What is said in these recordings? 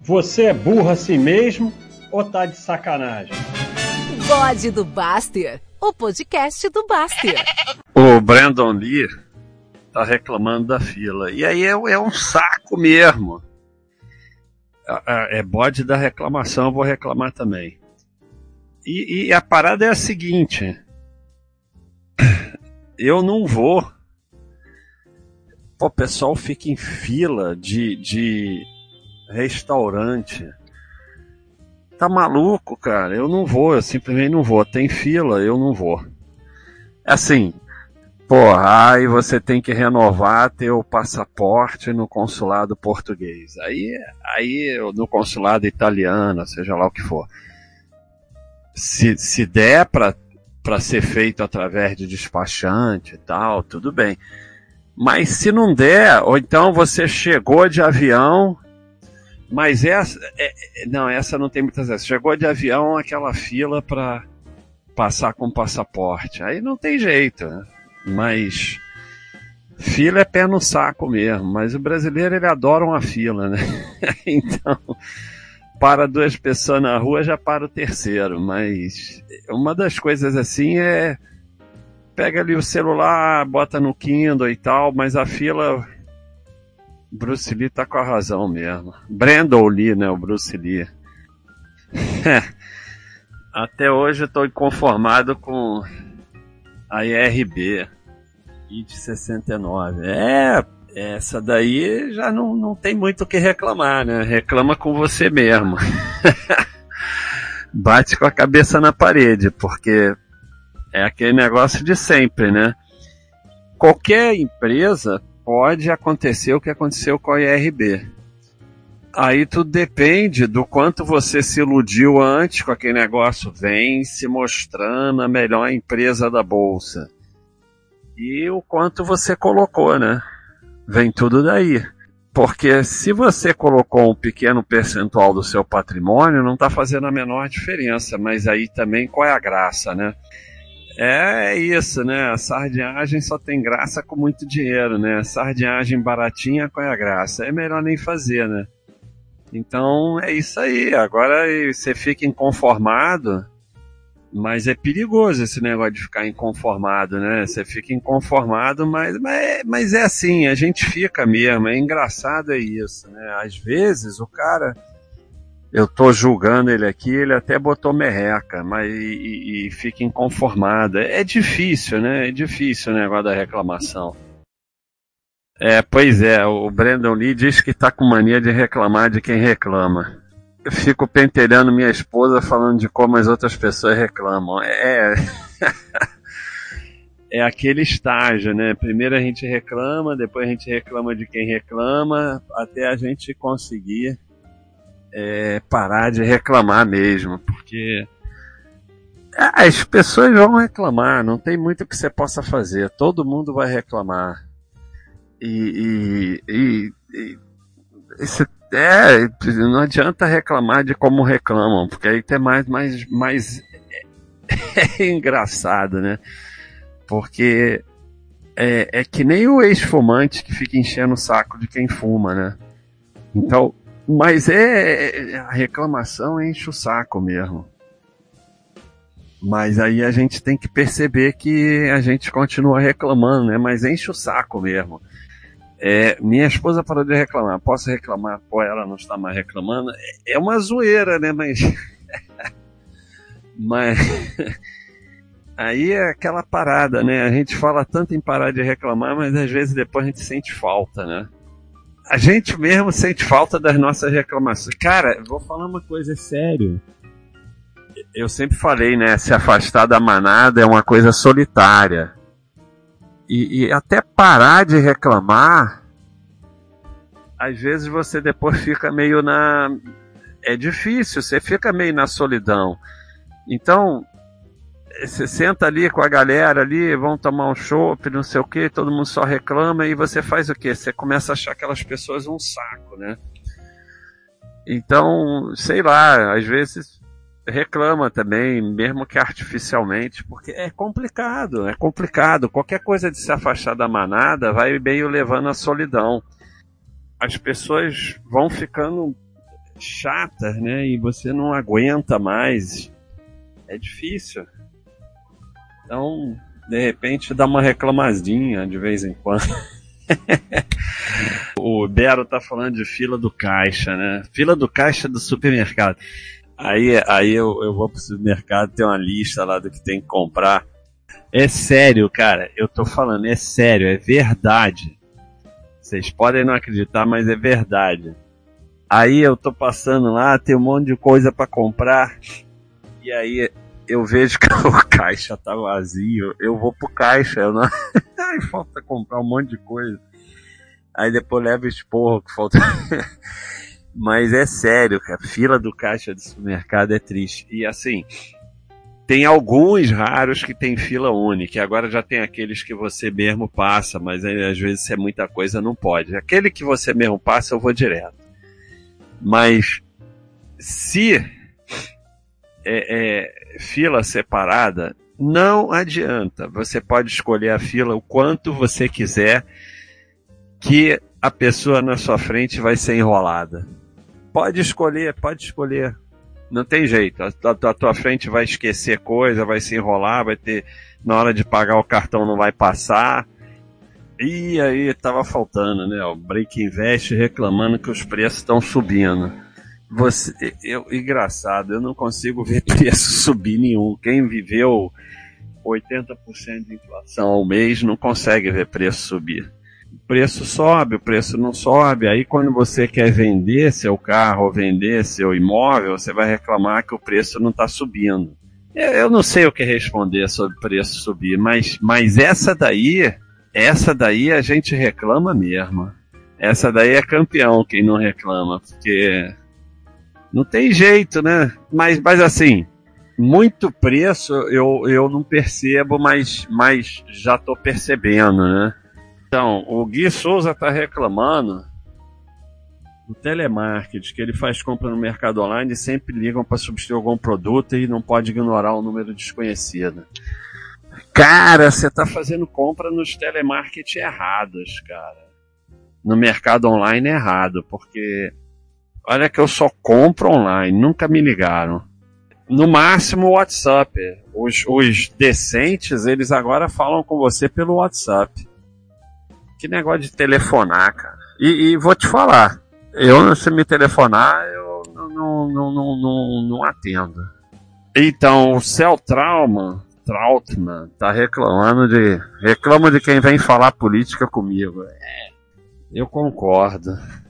Você é burro assim mesmo ou tá de sacanagem? Bode do Baster, o podcast do Baster. O Brandon Lee tá reclamando da fila. E aí é um saco mesmo. É bode da reclamação, eu vou reclamar também. E a parada é a seguinte. Eu não vou. Pô, o pessoal fica em fila de restaurante. Tá maluco, cara? Eu não vou, eu simplesmente não vou. Tem fila, eu não vou. Assim, porra, aí você tem que renovar teu passaporte no consulado português. Aí no consulado italiano, seja lá o que for. Se der pra ser feito através de despachante e tal, tudo bem. Mas se não der, ou então você chegou de avião, mas essa não tem muitas vezes. Chegou de avião, aquela fila para passar com passaporte. Aí não tem jeito, né? Mas fila é pé no saco mesmo. Mas o brasileiro, ele adora uma fila, né? Então, para duas pessoas na rua, já para o terceiro. Mas uma das coisas assim é... Pega ali o celular, bota no Kindle e tal, mas a fila... Bruce Lee tá com a razão mesmo. Brandon Lee, né? O Bruce Lee. Até hoje eu tô inconformado com a IRB. IT 69. Essa daí já não tem muito o que reclamar, né? Reclama com você mesmo. Bate com a cabeça na parede, porque... É aquele negócio de sempre, né? Qualquer empresa pode acontecer o que aconteceu com a IRB. Aí tudo depende do quanto você se iludiu antes com aquele negócio. Vem se mostrando a melhor empresa da Bolsa. E o quanto você colocou, né? Vem tudo daí. Porque se você colocou um pequeno percentual do seu patrimônio, não está fazendo a menor diferença. Mas aí também qual é a graça, né? É isso, né? A sardinhagem só tem graça com muito dinheiro, né? A sardinhagem baratinha, qual é a graça? É melhor nem fazer, né? Então é isso aí. Agora você fica inconformado, mas é perigoso esse negócio de ficar inconformado, né? Você fica inconformado, mas é assim, a gente fica mesmo. É engraçado, é isso, né? Às vezes o cara... Eu tô julgando ele aqui, ele até botou merreca, mas e fica inconformado. É difícil, né? É difícil o negócio da reclamação. Pois é, o Brandon Lee diz que tá com mania de reclamar de quem reclama. Eu fico pentelhando minha esposa falando de como as outras pessoas reclamam. É aquele estágio, né? Primeiro a gente reclama, depois a gente reclama de quem reclama, até a gente conseguir... parar de reclamar mesmo, porque as pessoas vão reclamar, não tem muito que você possa fazer, todo mundo vai reclamar não adianta reclamar de como reclamam, porque aí tem mais é engraçado, né? Porque é que nem o ex-fumante que fica enchendo o saco de quem fuma, né? Então, mas a reclamação enche o saco mesmo. Mas aí a gente tem que perceber que a gente continua reclamando, né? Mas enche o saco mesmo. Minha esposa parou de reclamar. Posso reclamar? Pô, ela não está mais reclamando. É uma zoeira, né? Mas aí é aquela parada, né? A gente fala tanto em parar de reclamar, mas às vezes depois a gente sente falta, né? A gente mesmo sente falta das nossas reclamações. Cara, vou falar uma coisa sério. Eu sempre falei, né? Se afastar da manada é uma coisa solitária. E até parar de reclamar, às vezes você depois fica meio na... É difícil, você fica meio na solidão. Então, você senta ali com a galera ali, vão tomar um chopp, não sei o que, todo mundo só reclama, e você faz o quê? Você começa a achar aquelas pessoas um saco, né? Então, sei lá, às vezes reclama também, mesmo que artificialmente, porque é complicado. Qualquer coisa de se afastar da manada vai meio levando à solidão. As pessoas vão ficando chatas, né? E você não aguenta mais. É difícil. Então, de repente, dá uma reclamadinha de vez em quando. O Bero tá falando de fila do caixa, né? Fila do caixa do supermercado. Aí eu vou pro supermercado, tem uma lista lá do que tem que comprar. É sério, cara. Eu tô falando, é sério, é verdade. Vocês podem não acreditar, mas é verdade. Aí eu tô passando lá, tem um monte de coisa pra comprar. E aí eu vejo que o caixa tá vazio. Eu vou pro caixa, eu não... Ai, falta comprar um monte de coisa. Aí depois leva esporro que falta. Mas é sério, cara. Fila do caixa do supermercado é triste. E assim, tem alguns raros que tem fila única. Agora já tem aqueles que você mesmo passa, mas aí, às vezes se é muita coisa não pode. Aquele que você mesmo passa eu vou direto. Mas se fila separada, não adianta. Você pode escolher a fila o quanto você quiser, que a pessoa na sua frente vai ser enrolada. Pode escolher. Não tem jeito. A tua frente vai esquecer coisa, vai se enrolar, vai ter... Na hora de pagar o cartão não vai passar. E aí tava faltando, né? O Break Invest reclamando que os preços estão subindo. Engraçado, eu não consigo ver preço subir nenhum. Quem viveu 80% de inflação ao mês não consegue ver preço subir. O preço sobe, o preço não sobe. Aí quando você quer vender seu carro ou vender seu imóvel, você vai reclamar que o preço não está subindo. Eu não sei o que responder sobre o preço subir, mas essa daí a gente reclama mesmo. Essa daí é campeão quem não reclama, porque não tem jeito, né? Mas assim, muito preço eu não percebo, mas já estou percebendo, né? Então, o Gui Souza está reclamando do telemarketing, que ele faz compra no mercado online e sempre ligam para substituir algum produto e não pode ignorar o número desconhecido. Cara, você está fazendo compra nos telemarketing errados, cara. No mercado online errado, porque olha que eu só compro online, nunca me ligaram. No máximo o WhatsApp. Os decentes, eles agora falam com você pelo WhatsApp. Que negócio de telefonar, cara. E vou te falar, se me telefonar, eu não atendo. Então, o Cell Trautmann tá reclama de quem vem falar política comigo. Eu concordo.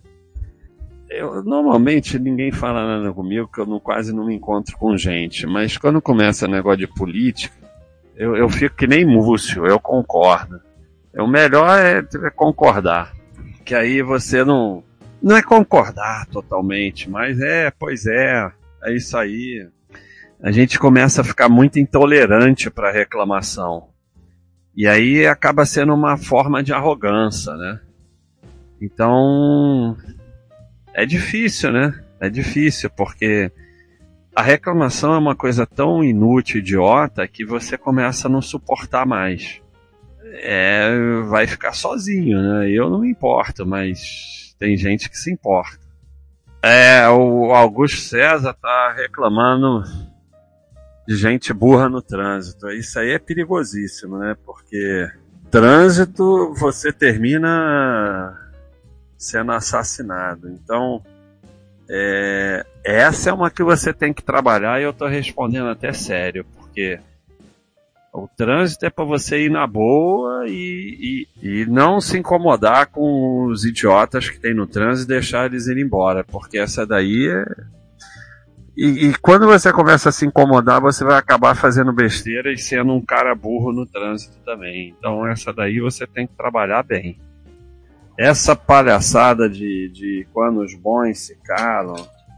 Normalmente ninguém fala nada comigo, que eu quase não me encontro com gente, mas quando começa negócio de política, eu fico que nem Múcio, eu concordo. O melhor é concordar, que aí você não é concordar totalmente, mas é isso aí. A gente começa a ficar muito intolerante para reclamação, e aí acaba sendo uma forma de arrogância, né? Então é difícil, né? É difícil, porque a reclamação é uma coisa tão inútil, idiota, que você começa a não suportar mais. Vai ficar sozinho, né? Eu não me importo, mas tem gente que se importa. O Augusto César tá reclamando de gente burra no trânsito. Isso aí é perigosíssimo, né? Porque trânsito você termina sendo assassinado. Então, essa é uma que você tem que trabalhar, e eu tô respondendo até sério, porque o trânsito é para você ir na boa e não se incomodar com os idiotas que tem no trânsito e deixar eles ir embora, porque essa daí E quando você começa a se incomodar, você vai acabar fazendo besteira e sendo um cara burro no trânsito também. Então essa daí você tem que trabalhar bem. Essa palhaçada de quando os bons se calam,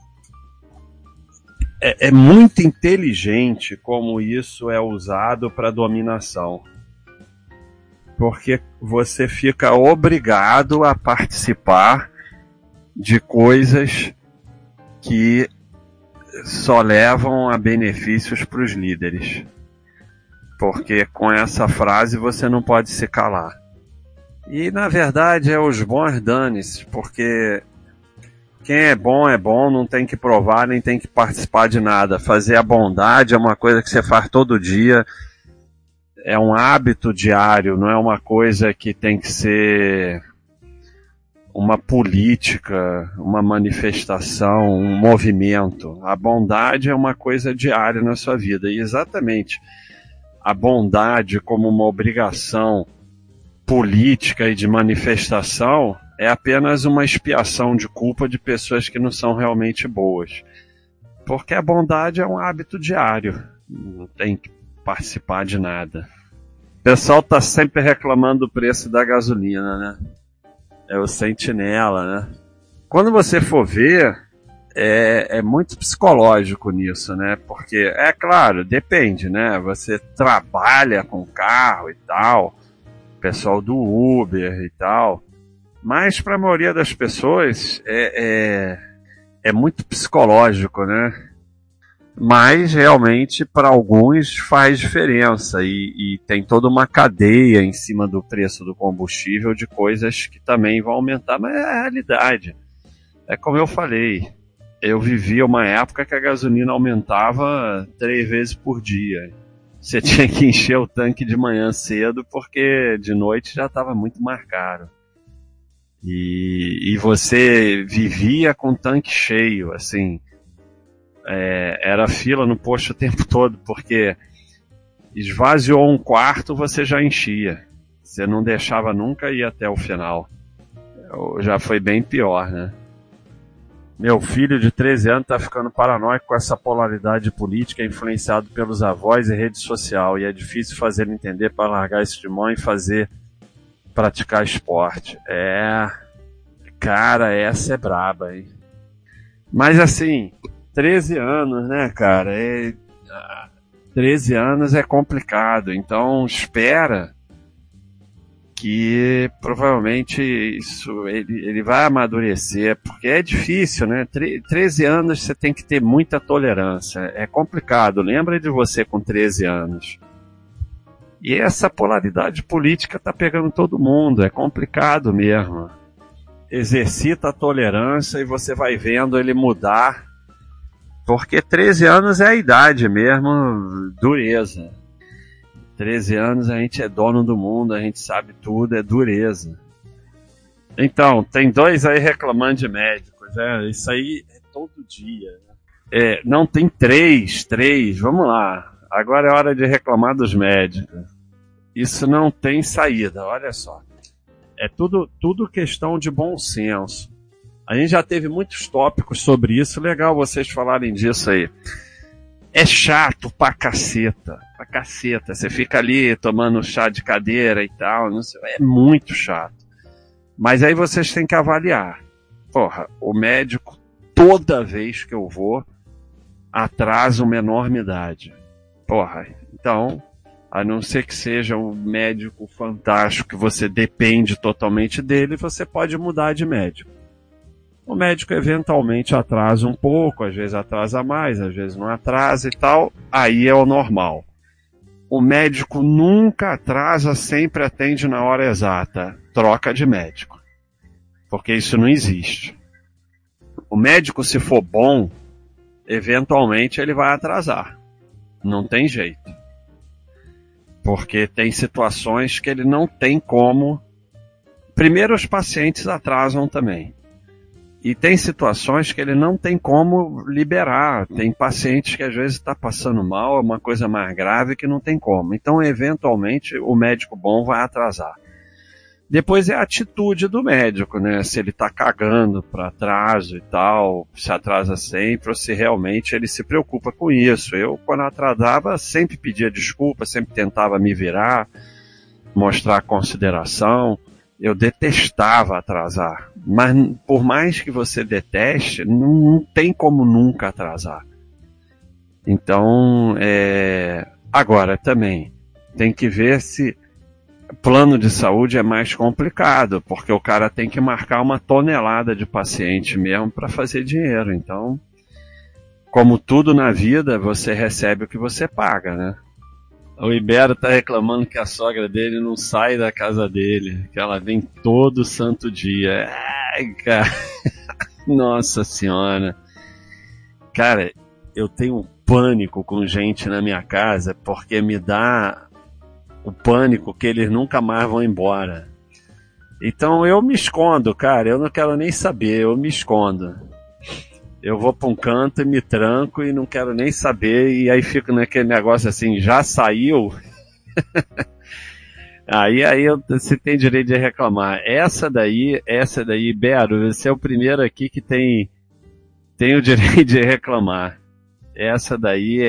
é muito inteligente como isso é usado para dominação. Porque você fica obrigado a participar de coisas que só levam a benefícios para os líderes. Porque com essa frase você não pode se calar. E na verdade é os bons dane-se, porque Quem é bom, não tem que provar, nem tem que participar de nada. Fazer a bondade é uma coisa que você faz todo dia, é um hábito diário, não é uma coisa que tem que ser uma política, uma manifestação, um movimento. A bondade é uma coisa diária na sua vida, e exatamente a bondade como uma obrigação política e de manifestação é apenas uma expiação de culpa de pessoas que não são realmente boas. Porque a bondade é um hábito diário. Não tem que participar de nada. O pessoal está sempre reclamando do preço da gasolina, né? É o sentinela, né? Quando você for ver, é muito psicológico nisso, né? Porque, é claro, depende, né? Você trabalha com carro e tal, pessoal do Uber e tal, mas para a maioria das pessoas é muito psicológico, né? Mas realmente para alguns faz diferença e tem toda uma cadeia em cima do preço do combustível de coisas que também vão aumentar, mas é a realidade. É como eu falei, eu vivia uma época que a gasolina aumentava 3 vezes por dia. Você tinha que encher o tanque de manhã cedo porque de noite já estava muito mais caro. E você vivia com o tanque cheio, assim. Era fila no posto o tempo todo, porque esvaziou um quarto, você já enchia. Você não deixava nunca ir até o final. Já foi bem pior, né? Meu filho de 13 anos está ficando paranoico com essa polaridade política influenciado pelos avós e rede social, e é difícil fazer ele entender para largar isso de mão e praticar esporte. Cara, essa é braba, hein? Mas assim, 13 anos, né, cara? 13 anos é complicado, então espera que provavelmente ele vai amadurecer, porque é difícil, né? 13 anos você tem que ter muita tolerância, é complicado, lembra de você com 13 anos. E essa polaridade política tá pegando todo mundo, é complicado mesmo. Exercita a tolerância e você vai vendo ele mudar, porque 13 anos é a idade mesmo, dureza. 13 anos a gente é dono do mundo, a gente sabe tudo, é dureza. Então, tem 2 aí reclamando de médicos, isso aí é todo dia. Não, tem 3, vamos lá. Agora é hora de reclamar dos médicos. Isso não tem saída, olha só. É tudo questão de bom senso. A gente já teve muitos tópicos sobre isso, legal vocês falarem disso aí. É chato pra caceta. Você fica ali tomando chá de cadeira e tal, não sei, é muito chato. Mas aí vocês têm que avaliar. Porra, o médico, toda vez que eu vou, atrasa uma enormidade. Porra, então, a não ser que seja um médico fantástico, que você depende totalmente dele, você pode mudar de médico. O médico eventualmente atrasa um pouco, às vezes atrasa mais, às vezes não atrasa e tal, aí é o normal. O médico nunca atrasa, sempre atende na hora exata. Troca de médico. Porque isso não existe. O médico, se for bom, eventualmente ele vai atrasar. Não tem jeito. Porque tem situações que ele não tem como. Primeiro, os pacientes atrasam também. E tem situações que ele não tem como liberar. Tem pacientes que às vezes está passando mal, é uma coisa mais grave que não tem como. Então, eventualmente, o médico bom vai atrasar. Depois é a atitude do médico, né? Se ele está cagando para atraso e tal, se atrasa sempre, ou se realmente ele se preocupa com isso. Eu, quando atrasava, sempre pedia desculpa, sempre tentava me virar, mostrar consideração. Eu detestava atrasar, mas por mais que você deteste, não tem como nunca atrasar. Então, agora também, tem que ver se plano de saúde é mais complicado, porque o cara tem que marcar uma tonelada de paciente mesmo para fazer dinheiro. Então, como tudo na vida, você recebe o que você paga, né? O Ibero tá reclamando que a sogra dele não sai da casa dele, que ela vem todo santo dia. Ai, cara. Nossa senhora. Cara, eu tenho um pânico com gente na minha casa, porque me dá o pânico que eles nunca mais vão embora. Então eu me escondo, cara, eu não quero nem saber, eu me escondo. Eu vou para um canto e me tranco e não quero nem saber, e aí fico naquele negócio assim, já saiu? aí você tem direito de reclamar. Essa daí, Bero, você é o primeiro aqui que tem o direito de reclamar. Essa daí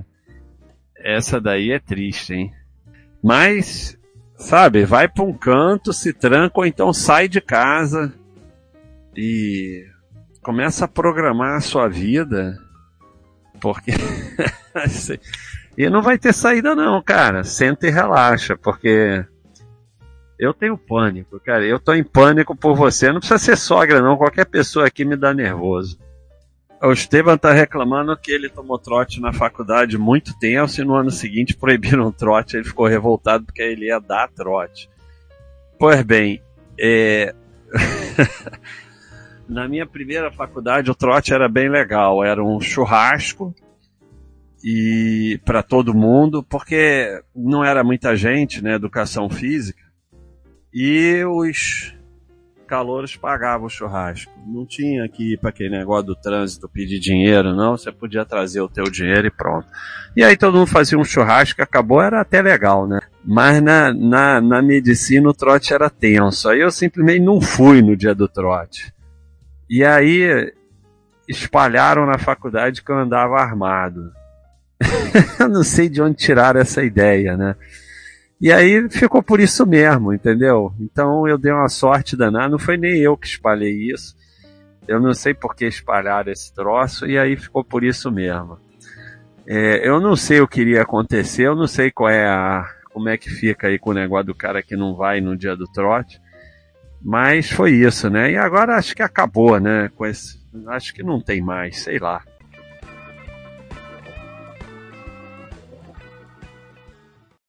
é triste, hein? Mas, sabe, vai para um canto, se tranca, ou então sai de casa e começa a programar a sua vida, porque e não vai ter saída não, cara. Senta e relaxa, porque eu tenho pânico, cara. Eu tô em pânico por você. Não precisa ser sogra não, qualquer pessoa aqui me dá nervoso. O Esteban tá reclamando que ele tomou trote na faculdade muito tenso e no ano seguinte proibiram o trote. Ele ficou revoltado porque ele ia dar trote. Pois bem, na minha primeira faculdade o trote era bem legal. Era um churrasco e para todo mundo, porque não era muita gente, né, educação física. E os calouros pagavam o churrasco. Não tinha que ir para aquele negócio do trânsito pedir dinheiro, não. Você podia trazer o teu dinheiro e pronto. E aí todo mundo fazia um churrasco, acabou, era até legal, né? Mas na medicina o trote era tenso. Aí eu simplesmente não fui no dia do trote. E aí espalharam na faculdade que eu andava armado. Eu não sei de onde tiraram essa ideia, né? E aí ficou por isso mesmo, entendeu? Então eu dei uma sorte danada, não foi nem eu que espalhei isso. Eu não sei por que espalharam esse troço, e aí ficou por isso mesmo. Eu não sei o que iria acontecer, eu não sei como é que fica aí com o negócio do cara que não vai no dia do trote. Mas foi isso, né? E agora acho que acabou, né? Acho que não tem mais, sei lá.